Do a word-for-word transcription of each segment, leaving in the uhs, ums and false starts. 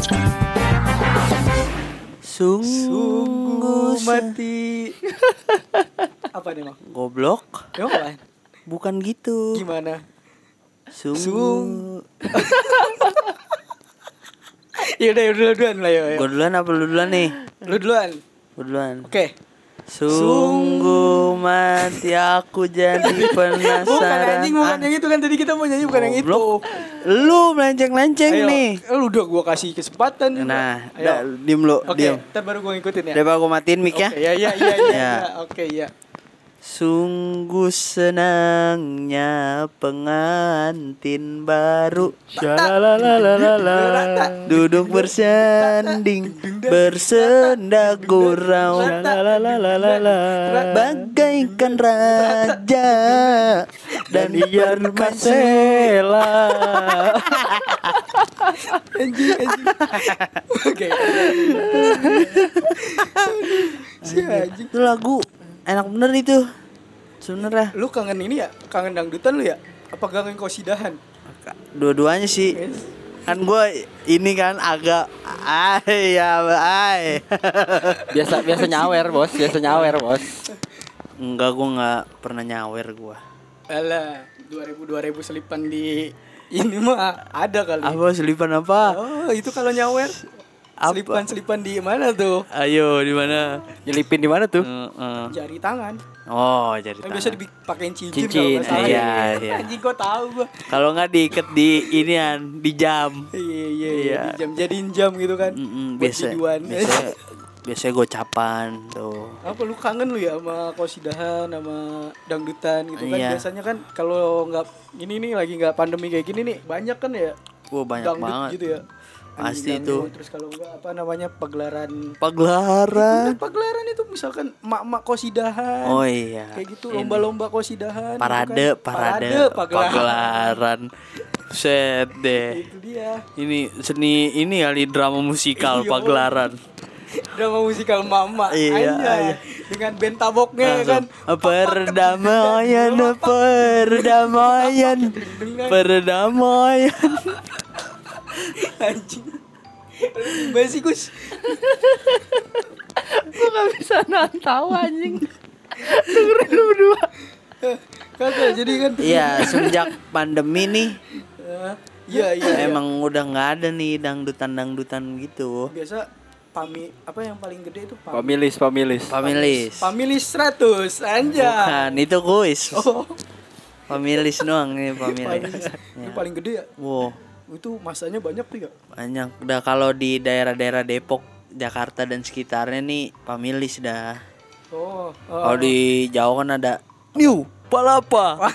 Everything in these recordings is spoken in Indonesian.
Sungguh mati. Apa nih, Bang? Goblok. Emang apaan? Bukan gitu. Gimana? Sungguh. Sung. Ya udah, dulu duluan lah ya. Gue duluan apa lu duluan nih? Lu duluan. Gue duluan. Oke. Okay. Sungguh mati aku jadi penasaran. Bukan anjing, bukan yang itu kan tadi kita mau nyanyi, bukan yang itu. Lu melenceng-lenceng nih. Lu udah gua kasih kesempatan juga. Nah, da, diem lu, Oke, diem. ntar baru gua ngikutin ya. Udah gua matiin mic ya. Oke, ya ya ya ya. Oke, ya. Sungguh senangnya pengantin baru, Shalalalalala, duduk bersanding bersenda gurau, bagaikan raja dan ia Marcella. Anjing anjing. Oke. Si anjing. Itu lagu enak bener itu sebenernya. Lu kangen ini ya? Kangen dangdutan lu ya? Apa kangen kosidahan? Dua-duanya sih. Yes. Kan gue ini kan agak ay ya ay. Biasa biasa nyawer, Bos. Biasa nyawer, Bos. Enggak, gue enggak pernah nyawer gue. Alah, dua ribu dua ribu selipan di ini mah ada kali. Apa selipan apa? Oh, itu kalau nyawer. Selipan-selipan di mana tuh? Ayo, di mana? Nyelipin di mana tuh? Uh, uh. Jari tangan. Oh, jari kan tangan. Biasa dipakein cincin. Cincin, iya, iya. Anjing kok tahu gua. Kalau enggak diikat di inian, di jam. Iya, iya, iya. Di jam jadiin jam gitu kan. Mm-mm, biasa. Biasa biasanya gocapan tuh. Apa lu kangen lu ya sama kosidahan, sama dangdutan gitu kan? Iya. Biasanya kan kalau nggak ini nih lagi nggak pandemi kayak gini nih banyak kan ya. Wah, banyak dangdut banget gitu ya. Pasti Dangdut, itu. Terus kalau enggak apa namanya pagelaran. Pagelaran. Itu, pagelaran itu misalkan mak-mak kosidahan. Oh iya. Kayak gitu lomba-lomba kosidahan. Parade, gitu kan. parade, parade pagelaran. pagelaran. Set deh. Itu dia. Ini seni ini kali drama musikal pagelaran. Drama musikal mama. Iya, iya. Dengan band taboknya kan. Perdamaian, perdamaian, perdamaian. Anjing. Basikus. Gue gak bisa nahan tawa anjing. Dengerin lu berdua. Kagak jadi kan. Iya, semenjak pandemi nih. Iya, iya. Emang iya. Udah enggak ada nih dangdutan-dangdutan gitu. Biasa pami apa yang paling gede itu pami. Pamilis, pamilis. Pamilis. Pamilis seratus anjay. Bukan, itu kuis. Oh. Pamilis doang nih, pamilis. Ya. Itu paling gede ya? Wow. Itu masanya banyak tuh ya? Banyak. Udah kalau di daerah-daerah Depok, Jakarta dan sekitarnya nih pamilis dah. Oh. oh. Kalau di Jawa kan ada New Palapa.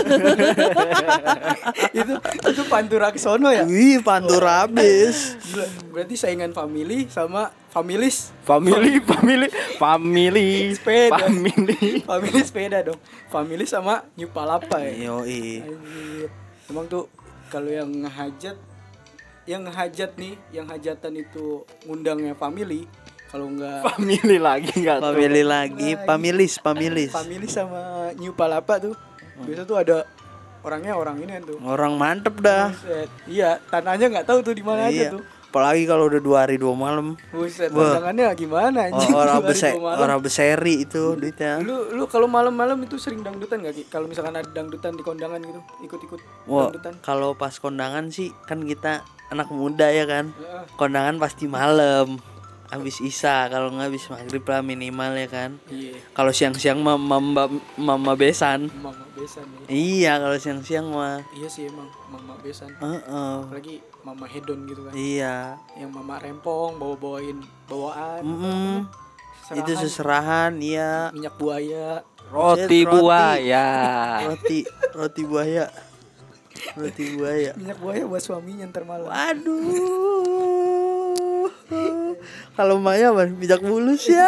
itu itu Panturaksono ya? Wih, Pantura habis. Berarti saingan family sama familis. Family, family, family, sepeda. Family. Family sepeda dong. Family sama New Palapa ya. Yoi. Anjir. Emang tuh kalau yang ngehajat, yang ngehajat nih, yang hajatan itu ngundangnya family. Kalau enggak family lagi enggak tuh. Family lagi, pamilis, pamilis. Family sama New Palapa tuh. Biasa tuh ada orangnya orang ini tuh. Orang mantep dah. Buset. Iya, tanahnya enggak tahu tuh di mana iya. aja tuh. Apalagi kalau udah dua hari dua malam. Buset, tangannya gimana anjing? Oh, orang bese, orang beseri itu duitnya. Lu lu kalau malam-malam itu sering dangdutan enggak Ki? Kalau misalkan ada dangdutan di kondangan gitu, ikut-ikut Wah, dangdutan. kalau pas kondangan sih kan kita anak muda ya kan. Kondangan pasti malam. Habis isya, kalau nggak habis maghrib lah minimal ya kan. Iya. Kalau siang-siang mah mama, mama besan. Mama besan ya. Iya, kalau siang-siang mah. Iya sih emang mama besan. Uh-uh. Apalagi mama hedon gitu kan. Iya. Yang mama rempong bawa-bawain bawaan. Mm-hmm. Itu seserahan, iya. Minyak buaya. Roti, roti buaya. Roti, roti buaya. Roti buaya. Minyak buaya buat suaminya ntar malam. Waduh. Kalau Maya mah minyak bulus ya.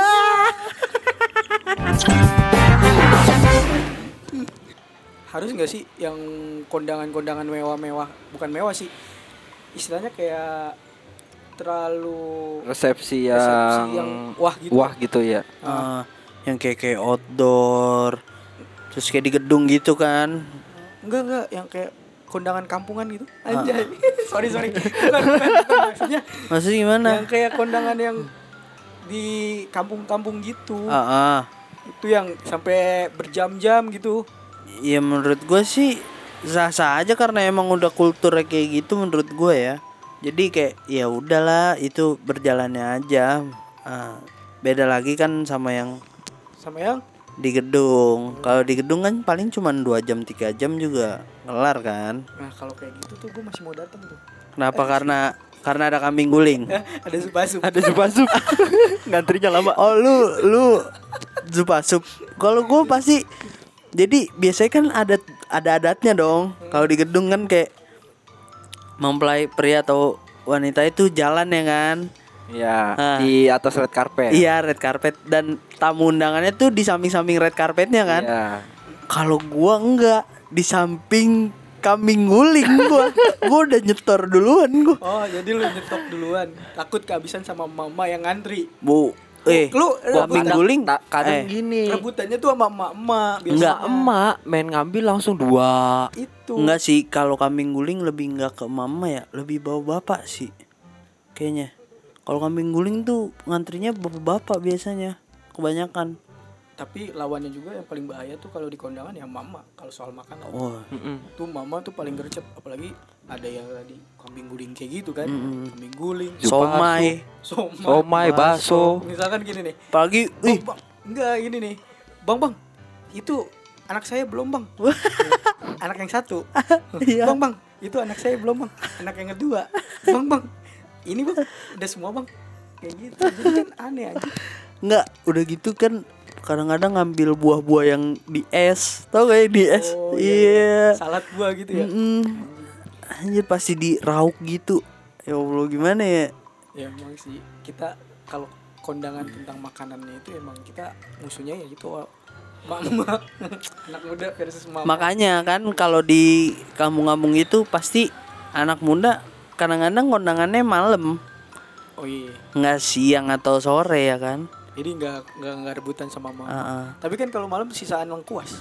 Harus nggak sih yang kondangan-kondangan mewah-mewah, bukan mewah sih, istilahnya kayak terlalu resepsi yang, resepsi yang wah gitu. Wah gitu ya. Uh, yang kayak kayak outdoor, terus kayak di gedung gitu kan? Enggak enggak, yang kayak kondangan kampungan gitu. Anjay. sorry sorry. Bukan, bukan, bukan maksudnya. Maksudnya gimana? Yang kayak kondangan yang di kampung-kampung gitu. Ah, ah. Itu yang sampai berjam-jam gitu. Ya menurut gue sih sah-sah aja karena emang udah kulturnya kayak gitu menurut gue ya. Jadi kayak ya udahlah itu berjalannya aja. Ah, beda lagi kan sama yang Sama yang di gedung. Kalau di gedung kan paling cuma dua jam tiga jam juga kelar kan. nah kalau kayak gitu tuh gue masih mau datang tuh. Kenapa? Karena karena ada kambing guling. Ada supasup. Ada supasup. Ngantrinya lama. Oh lu lu supasup. Kalau gue pasti jadi biasanya kan ada ada adatnya dong. Kalau di gedung kan kayak mempelai pria atau wanita itu jalan ya kan. Iya, Ah. di atas red carpet. Iya red carpet dan tamu undangannya tuh di samping-samping red carpetnya kan. Iya. Kalau gua enggak di samping kambing guling gua. Gua udah nyetor duluan gua. Oh jadi lu nyetok duluan. Takut kehabisan sama mama yang ngantri. Bu, eh Lu kambing rebutan- guling Ta- kadang eh, gini. rebutannya tuh sama emak-emak biasanya. Enggak, Emak main ngambil langsung dua. Itu. enggak sih kalau kambing guling lebih enggak ke mama ya, lebih bawa bapak sih. Kayaknya. Kalau kambing guling tuh ngantrinya bapak-bapak biasanya. Kebanyakan. Tapi lawannya juga yang paling bahaya tuh kalau di kondangan ya mama kalau soal makanan. Oh. Mm-mm. Tuh mama tuh paling gercep apalagi ada yang tadi kambing guling kayak gitu kan. Mm-mm. Kambing guling, Somai. somai, Somai, bakso. Misalkan gini nih. Apalagi Bang, ih, bang, enggak gini nih. Bang, bang. Itu anak saya belum, Bang. Anak yang satu. Iya. Bang, bang. Itu anak saya belum, Bang. Anak yang kedua. Bang, bang. Ini, Bang. Udah semua, Bang. Kayak gitu. Jadi kan aneh aja. enggak, udah gitu kan kadang-kadang ngambil buah-buah yang di es. Tau gak ya di es? Oh, Iya. Salad buah gitu ya. Mm-mm. Anjir pasti dirauk gitu. Ya Allah gimana ya? Ya emang sih kita kalau kondangan tentang makanannya itu emang kita musuhnya ya gitu mama anak muda versus mama. Makanya kan kalau di kampung-kampung itu pasti anak muda kadang-kadang kondangannya malam, Oh iya. nggak siang atau sore ya kan? Jadi nggak nggak nggak rebutan sama mama. Uh-uh. Tapi kan kalau malam sisaan lengkuas.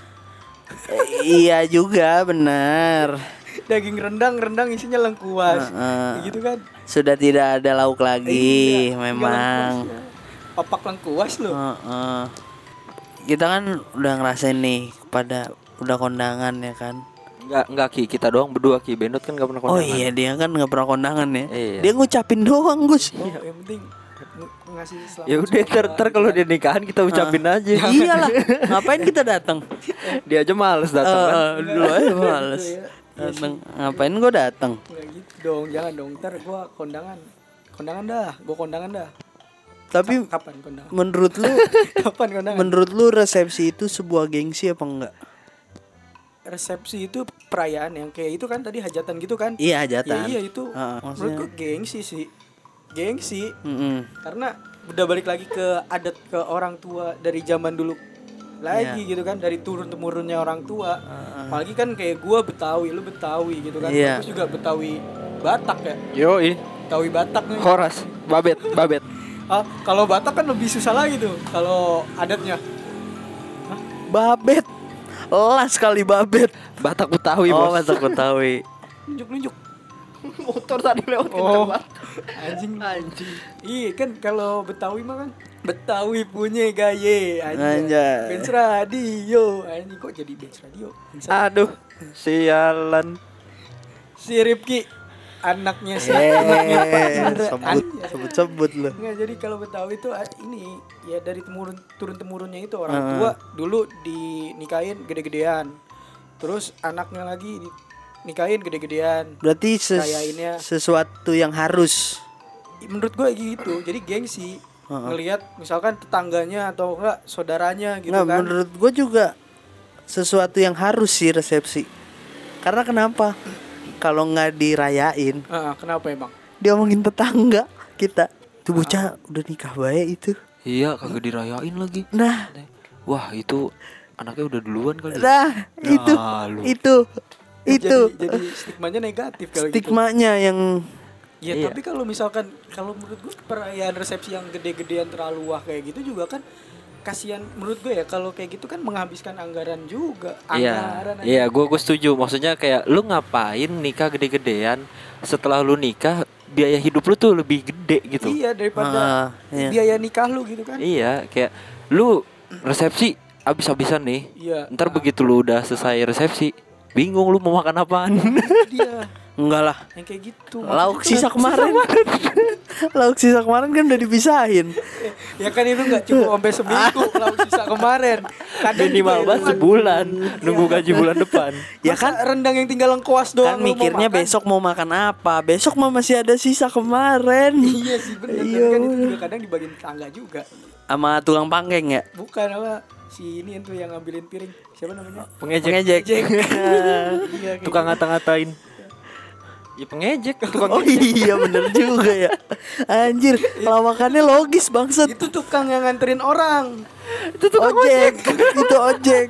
Eh, iya juga benar. Daging rendang rendang isinya lengkuas. Uh-uh. Gitu kan. Sudah tidak ada lauk lagi, Iya, memang. tinggal lengkuas ya. Papak lengkuas loh. Uh-uh. Kita kan udah ngerasain nih pada udah kondangan ya kan. Enggak, enggak Ki, kita doang berdua Ki. Benut kan enggak pernah Oh kondangan. iya dia kan nggak pernah kondangan ya. Iya. Dia ngucapin doang Gus. Oh, yang penting ng- ngasih selamat. Ya udah ntar, ntar kalau dia nikahan kita ucapin aja. Iyalah, ngapain kita datang? Dia aja males datang kan. Eh, dulu aja males. Gitu ya. Datang, ngapain gua datang? Nggak gitu dong, jangan dong. Ntar gua kondangan. Kondangan dah, gua kondangan dah. Tapi Kapan kondangan? menurut lu, Kapan kondangan? menurut lu resepsi itu sebuah gengsi apa enggak? Resepsi itu perayaan yang kayak itu kan tadi hajatan gitu kan? Iya Ya hajatan. iya itu. Heeh, Menurut maksudnya. gua gengsi sih. Gengsi Mm-mm. karena udah balik lagi ke adat ke orang tua dari zaman dulu lagi Iya. gitu kan, dari turun temurunnya orang tua. Apalagi kan kayak gua Betawi, lu Betawi gitu kan. Iya. Terus juga Betawi Batak ya. Yoi. Betawi Batak nih. Horas, babet, babet. Ah, kalau Batak kan lebih susah lagi tuh kalau adatnya. Babet. Las kali babet. Batak Betawi, Oh, Bos. Batak Betawi. Nunjuk-nunjuk. Motor tadi lewat Oh, anjing anjing. Iya kan kalau Betawi mah kan Betawi punya gaya anjing. Anjay. Benz radio. Anjing kok jadi Benz radio? Bangsat. Aduh, sialan. Si Ripki anaknya si anaknya Pak Eh, Indra. sebut Anjay. sebut-sebut lu. Nggak, jadi kalau Betawi itu ah, ini ya dari temurun turun temurunnya itu orang Heeh. tua dulu dinikahin gede-gedean. Terus anaknya lagi dinikahin gede-gedean. Berarti ses- Rayainnya. sesuatu yang harus. Menurut gue gitu. Jadi gengsi. Heeh. Ngelihat misalkan tetangganya atau enggak saudaranya gitu Nggak, kan. menurut gue juga sesuatu yang harus sih resepsi. Karena kenapa? Kalau nggak dirayain, Ah, kenapa emang? dia omongin tetangga kita. Tuh bocah udah nikah baik itu. Iya, kagak dirayain lagi. Nah, Wah, itu anaknya udah duluan kali. nah itu, lu. itu, itu Jadi, jadi stigmanya negatif kalau gitu. stigmanya yang Ya Iya. tapi kalau misalkan kalau menurut gue perayaan resepsi yang gede-gedean terlalu wah kayak gitu juga kan kasihan menurut gue ya kalau kayak gitu kan menghabiskan anggaran juga. Iya, Anggaran aja. iya, gue gue setuju. Maksudnya kayak lu ngapain nikah gede-gedean, setelah lu nikah biaya hidup lu tuh lebih gede gitu. Iya daripada Ah, iya. biaya nikah lu gitu kan. Iya, kayak lu resepsi abis-abisan nih. Iya. Ntar Ah. begitu lu udah selesai resepsi, bingung lu mau makan apaan. Dia Enggak lah. yang kayak gitu. Lauk Maksudnya sisa kemarin. Lauk sisa kemarin kan udah dipisahin. ya kan itu nggak cukup sampai seminggu lauk sisa kemarin. Kadang Minimal juga banget itu kan- sebulan, nunggu gaji bulan depan. Ya Masa kan rendang yang tinggal lengkuas doang kan lu mau mikirnya makan? besok mau makan apa. Besok mah masih ada sisa kemarin. Iya sih benar. Iya, kan itu bener. juga kadang dibagiin tetangga juga. Sama tukang pangkeng ya. Bukan apa si ini tuh yang ngambilin piring. Siapa namanya? Pengejek, Pengejek. Iya, kayak tukang gitu. ngata-ngatain. Ya pengejek, tukang Oh iya bener juga ya. Anjir, lawakannya logis bangsat. Itu tukang yang nganterin orang. itu tukang Ojek. Itu ojek.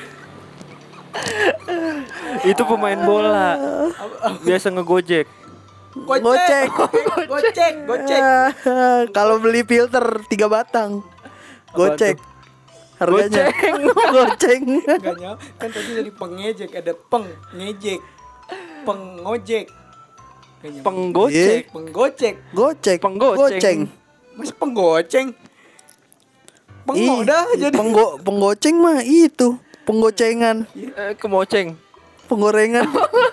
Itu pemain bola. Biasa ngegojek. Gocek. Gocek, gocek. Ah, Kalau beli filter tiga batang. Gocek. Harganya. Goceng. Enggak nyawa. Kan tadi dari pengejek ada peng ngejek. Pengojek. Nggak nyambung. Penggocek. Penggocek. Gocek. Penggoceng. Goceng. Mas penggoceng. Pengoda Ih, jadi. penggo penggoceng mah itu. Penggocengan. Eh, kemoceng. Penggorengan.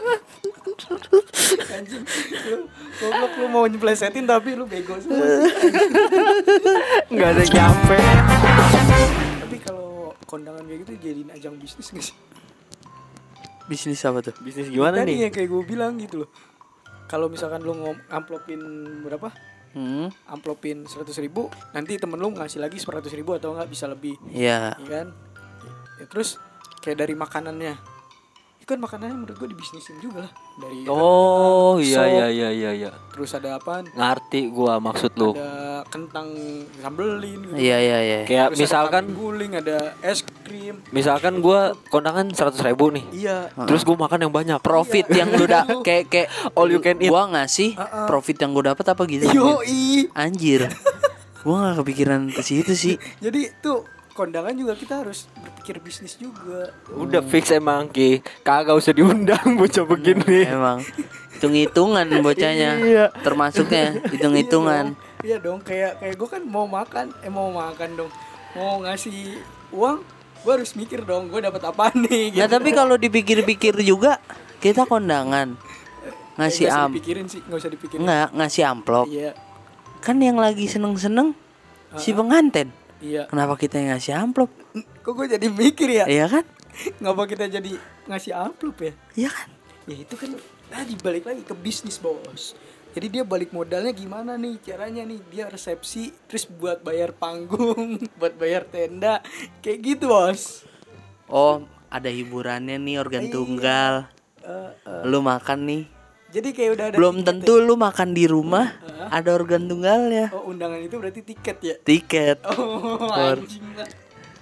Anjing. Lu goblok lu mau nyeplesetin tapi lu bego semua sih. Nggak ada yang nyampe. Tapi kalau kondangan kayak gitu jadiin ajang bisnis nggak sih? Bisnis apa tuh? Bisnis gimana Tadi nih? yang kayak gue bilang gitu loh. Kalau misalkan lu ngom amplopin berapa? Hmm. Amplopin seratus ribu, nanti temen lu ngasih lagi seratus ribu atau enggak bisa lebih, Iya. ya kan? Ya, terus kayak dari makanannya, itu kan makanannya menurut gue dibisnisin juga lah. Dari Oh rendang, iya sop, iya iya iya iya. terus ada apaan? Ngerti gua maksud lu. Ada kentang sambelin gitu. Iya iya iya. Kayak Terus ada misalkan kambing guling, ada es krim. misalkan gua kondangan seratus ribu nih. Iya. Terus gua makan yang banyak. Profit yang lu da kayak kayak All you can eat. Gua ngasih Uh-uh. profit yang gua dapat apa gitu. Yoi. Anjir. Gua gak kepikiran ke situ sih. Jadi tuh kondangan juga kita harus berpikir bisnis juga. Udah fix emang Ki. Kagak usah diundang bocah begini. Emang hitung-hitungan bocahnya. Iya. Termasuknya hitung-hitungan. Iya dong, kayak kayak gue kan mau makan, eh mau makan dong, mau ngasih uang, gue harus mikir dong, gue dapat apa nih? Gitu. Nah, tapi kalau dipikir-pikir juga kita kondangan ngasih Eh, nggak usah am dipikirin sih, nggak usah dipikirin. nggak ngasih amplop. Iya, Kan yang lagi seneng-seneng si pengantin. iya. Kenapa kita yang ngasih amplop? Kok gue jadi mikir ya? Iya kan? Ngapa kita jadi ngasih amplop ya? Iya kan? Ya itu kan tadi balik lagi ke bisnis bos. Jadi dia balik modalnya gimana nih caranya nih, dia resepsi terus buat bayar panggung, buat bayar tenda, kayak gitu bos. Oh, ada hiburannya nih organ Iya. tunggal. Eh, eh. Lu makan nih. Jadi kayak udah ada Belum tiket tentu lu makan di rumah ada organ tunggalnya. ya. Oh undangan itu berarti tiket ya? Tiket. Oh Or- anjing lah.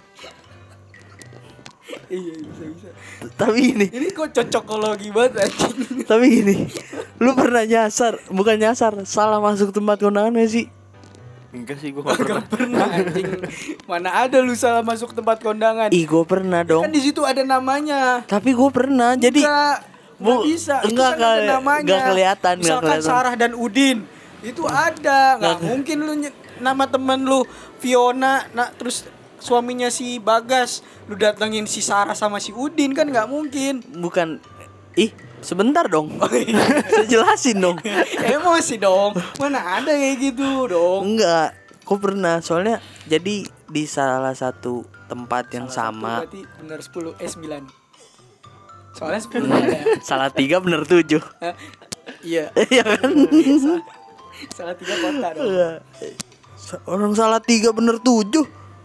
Iya bisa bisa. Tapi ini, Ini kok cocokologi banget anjing. tapi ini. Lu pernah nyasar, bukan nyasar, salah masuk tempat kondangan gak sih? Enggak sih gua enggak pernah. Gak pernah anjing. Mana ada lu salah masuk tempat kondangan? Ih, gue pernah dong. Kan di situ ada namanya. Tapi gue pernah. Jadi Enggak, Bu, nggak bisa. Itu enggak kan ada kali- namanya. enggak kelihatan, enggak Misalkan kelihatan. Sarah dan Udin. Itu ada. Nggak mungkin lu ny- nama temen lu Fiona, nah terus suaminya si Bagas, lu datengin si Sarah sama si Udin kan nggak mungkin. bukan. Ih, sebentar dong. Oh, iya. Saya jelasin dong. Emosi dong. Mana ada kayak gitu dong. Enggak. Kok pernah? Soalnya jadi di salah satu tempat yang Salah sama. satu berarti benar sepuluh eh sembilan. Soalnya sepuluh ada. Salah tiga bener tujuh. Hah? Iya. Iya kan? Salah, salah tiga kota dong. Sa- Orang salah tiga bener tujuh.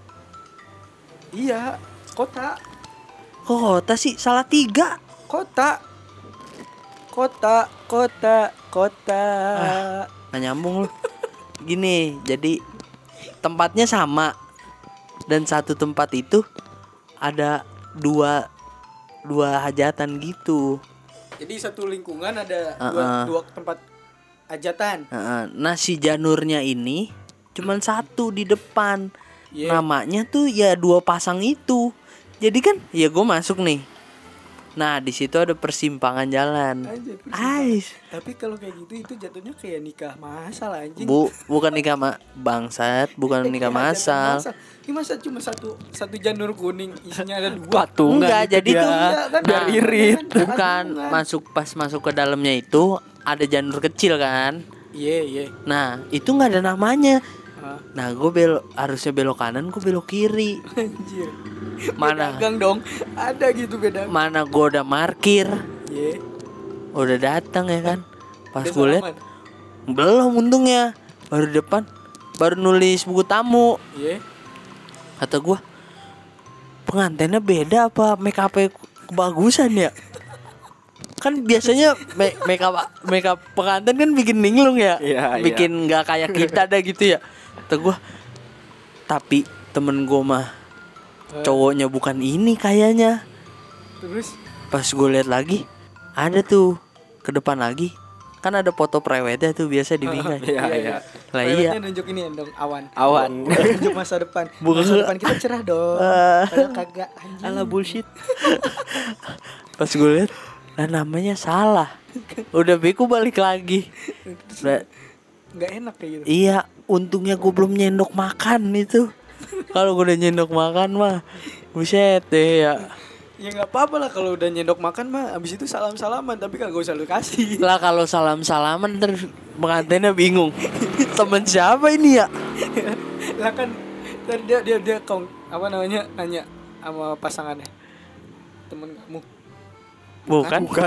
Iya, kota. Kok kota sih? Salah tiga. Kota. Kota, kota, kota. Nggak nyambung lu. Gini, jadi tempatnya sama. Dan satu tempat itu ada dua dua hajatan gitu. Jadi satu lingkungan ada dua, Uh-uh. dua tempat hajatan. Heeh, nah si janurnya ini cuman satu di depan. Yeah. namanya tuh ya dua pasang itu. Jadi kan ya gue masuk nih. Nah di situ ada persimpangan jalan. Anjir, persimpangan. Ais. Tapi kalau kayak gitu itu jatuhnya kayak nikah masal anjing. Bu, bukan nikah ma bangsat, bukan nikah Iya, masal. jatuh Ini masa cuma satu satu janur kuning isinya ada dua. Patungan Enggak, itu jadi dia. tuh Iya, kan? biar Nah, irit. kan? Bukan Patungan. masuk pas masuk ke dalamnya itu ada janur kecil kan. Iya, iya. Nah itu nggak ada namanya. Hah? Nah gue belok harusnya belok kanan, gue belok kiri. Anjir. Mana? Pedagang dong. Ada gitu beda. Mana gue udah markir, Iya. udah datang ya kan. Pas Udah gue lihat salaman. belum untungnya, baru depan, baru nulis buku tamu. Iya. Kata gue, pengantinnya beda apa make up kebagusan ya? Kan biasanya make, make up make up pengantin kan bikin linglung ya, Iya, bikin nggak kayak kita ada gitu ya. Kata gue, tapi temen gue mah cowoknya bukan ini kayaknya. Terus Pas gue lihat lagi, ada tuh ke depan lagi, kan ada foto prewednya tuh biasa di bingkai. Iya, iya. Lah Prewednya iya. nunjuk ini dong awan. Awan. Nunjuk masa depan. Bukan. Masa depan kita cerah dong. Ah. Padahal kagak anjing. Ala bullshit. Pas gue lihat, nah namanya salah. Udah beku balik lagi. Udah, Nggak enak kayak gitu. iya, untungnya gue belum nyendok makan itu. Kalau gue udah nyendok makan mah, buset deh ya. Ya nggak apa-apa lah kalau udah nyendok makan mah abis itu salam-salaman tapi kagak usah lu kasih. Lah kalau salam-salaman terus pengantinnya bingung. Temen siapa ini ya? Lah kan tadi dia dia dia kong apa namanya nanya sama pasangannya. Temen kamu. Bukan. Bukan.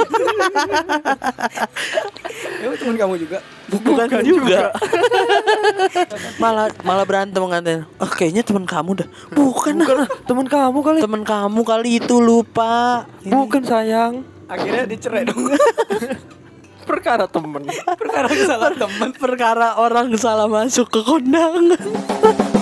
Emang temen kamu juga? Bukan, juga. malah malah berantem pengantin. Oh, kayaknya teman kamu dah. Bukan. Bukan, temen kamu kali. Teman kamu kali itu lupa. Bukan sayang. Akhirnya dicerai dong. Perkara temen. Perkara kesalahan temen. Perkara orang salah masuk ke kondangan.